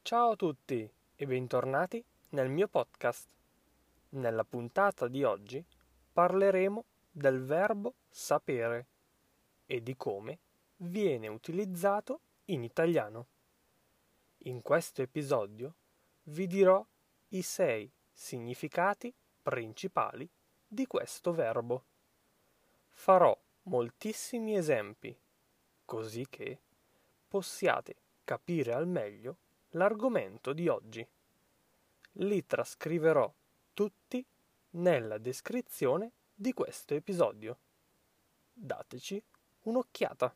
Ciao a tutti e bentornati nel mio podcast. Nella puntata di oggi parleremo del verbo sapere e di come viene utilizzato in italiano. In questo episodio vi dirò i 6 significati principali di questo verbo. Farò moltissimi esempi, così che possiate capire al meglio l'argomento di oggi. Li trascriverò tutti nella descrizione di questo episodio. Dateci un'occhiata.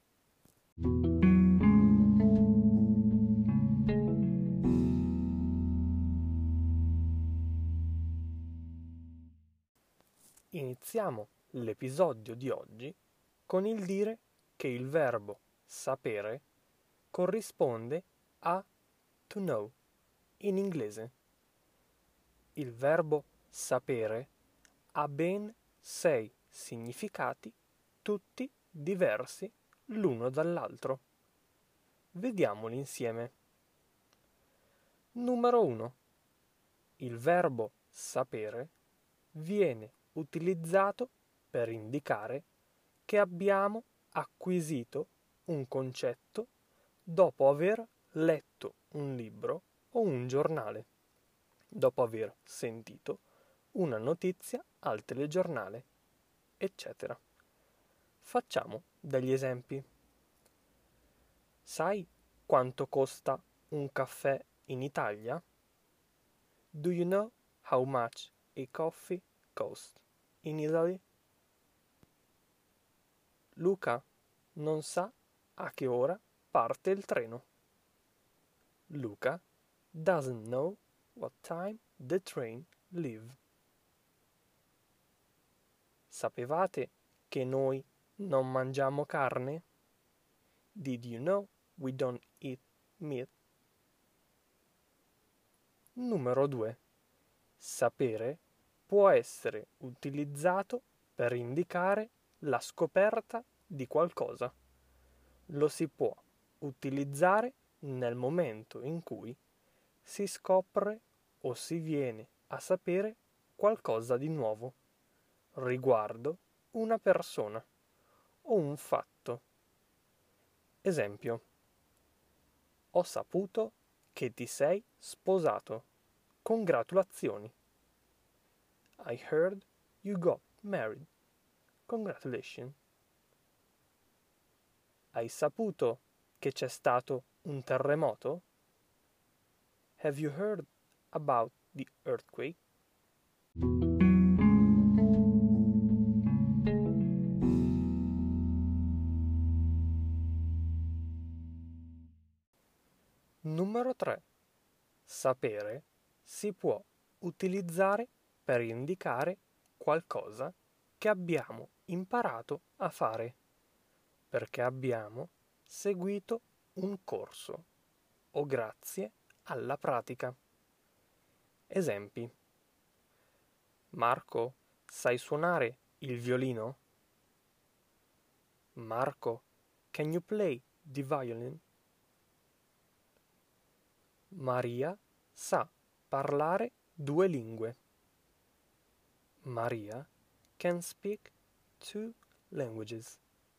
Iniziamo l'episodio di oggi con il dire che il verbo sapere corrisponde a to know in inglese. Il verbo sapere ha ben 6 significati, tutti diversi l'uno dall'altro. Vediamoli insieme. Numero 1. Il verbo sapere viene utilizzato per indicare che abbiamo acquisito un concetto dopo aver letto un libro o un giornale, dopo aver sentito una notizia al telegiornale, eccetera. Facciamo degli esempi. Sai quanto costa un caffè in Italia? Do you know how much a coffee costs in Italy? Luca non sa a che ora parte il treno. Luca doesn't know what time the train leaves. Sapevate che noi non mangiamo carne? Did you know we don't eat meat? Numero 2. Sapere può essere utilizzato per indicare la scoperta di qualcosa. Lo si può utilizzare nel momento in cui si scopre o si viene a sapere qualcosa di nuovo riguardo una persona o un fatto. Esempio: ho saputo che ti sei sposato. Congratulazioni. I heard you got married. Congratulations. Hai saputo che c'è stato un terremoto? Have you heard about the earthquake? Numero 3. Sapere si può utilizzare per indicare qualcosa che abbiamo imparato a fare, perché abbiamo seguito un corso o grazie alla pratica. Esempi: Marco, sai suonare il violino? Marco, can you play the violin? Maria sa parlare 2 lingue. Maria can speak 2 languages.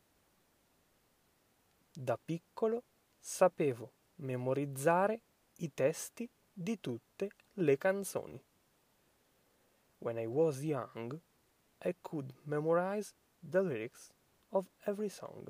Da piccolo sapevo memorizzare i testi di tutte le canzoni. When I was young, I could memorize the lyrics of every song.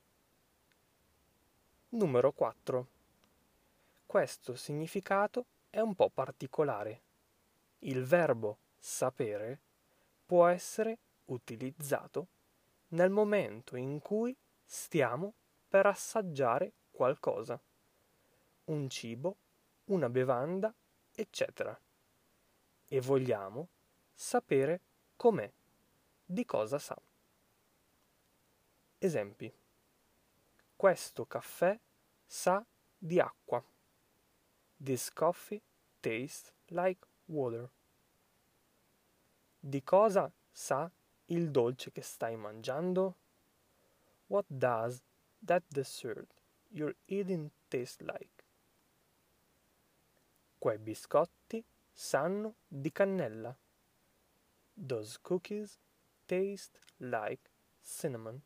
Numero 4. Questo significato è un po' particolare. Il verbo sapere può essere utilizzato nel momento in cui stiamo per assaggiare qualcosa, un cibo, una bevanda, eccetera, e vogliamo sapere com'è, di cosa sa. Esempi: questo caffè sa di acqua. This coffee tastes like water. Di cosa sa il dolce che stai mangiando? What does that dessert you're eating taste like? Quei biscotti sanno di cannella. Those cookies taste like cinnamon.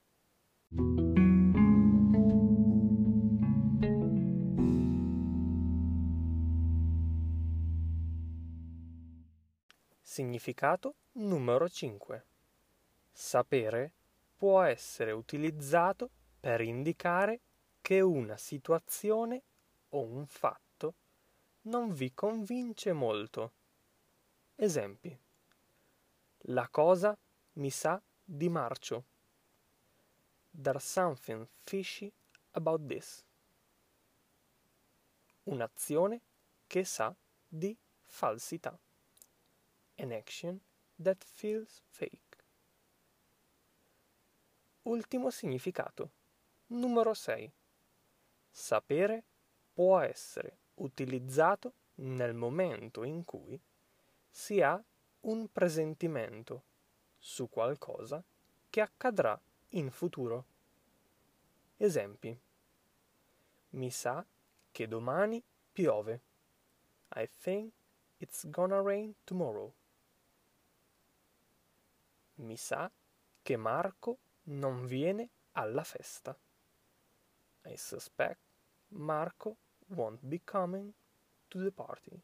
Significato numero 5. Sapere può essere utilizzato per indicare che una situazione o un fatto non vi convince molto. Esempi. La cosa mi sa di marcio. There's something fishy about this. Un'azione che sa di falsità. An action that feels fake. Ultimo significato. Numero 6. Sapere può essere utilizzato nel momento in cui si ha un presentimento su qualcosa che accadrà in futuro. Esempi. Mi sa che domani piove. I think it's gonna rain tomorrow. Mi sa che Marco non viene alla festa. I suspect Marco won't be coming to the party.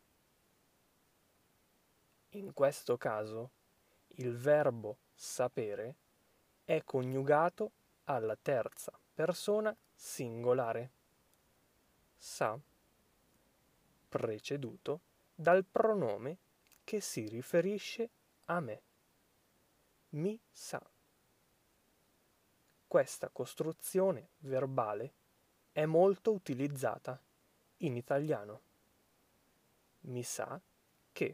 In questo caso, il verbo sapere è coniugato alla terza persona singolare. Sa, preceduto dal pronome che si riferisce a me. Mi sa. Questa costruzione verbale è molto utilizzata in italiano. Mi sa che.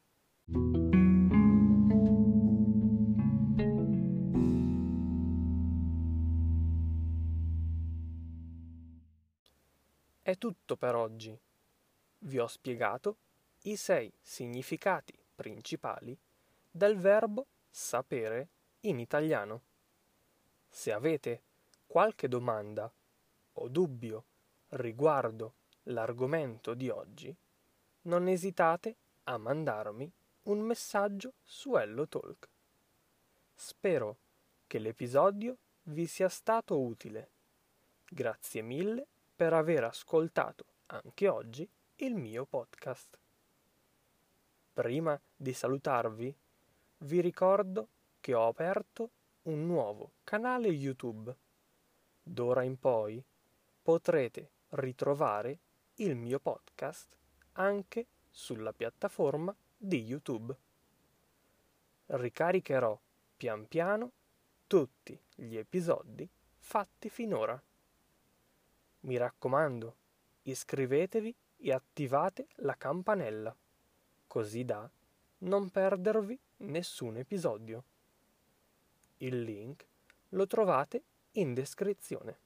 È tutto per oggi. Vi ho spiegato i 6 significati principali del verbo sapere in italiano. Se avete qualche domanda o dubbio riguardo l'argomento di oggi, non esitate a mandarmi un messaggio su HelloTalk. Spero che l'episodio vi sia stato utile. Grazie mille per aver ascoltato anche oggi il mio podcast. Prima di salutarvi, vi ricordo che ho aperto un nuovo canale YouTube. D'ora in poi potrete ritrovare il mio podcast anche sulla piattaforma di YouTube. Ricaricherò pian piano tutti gli episodi fatti finora. Mi raccomando, iscrivetevi e attivate la campanella, così da non perdervi nessun episodio. Il link lo trovate in descrizione.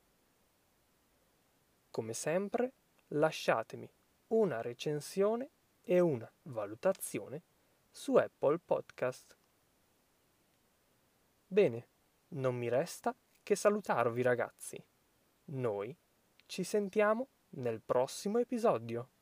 Come sempre, lasciatemi una recensione e una valutazione su Apple Podcast. Bene, non mi resta che salutarvi ragazzi. Noi ci sentiamo nel prossimo episodio.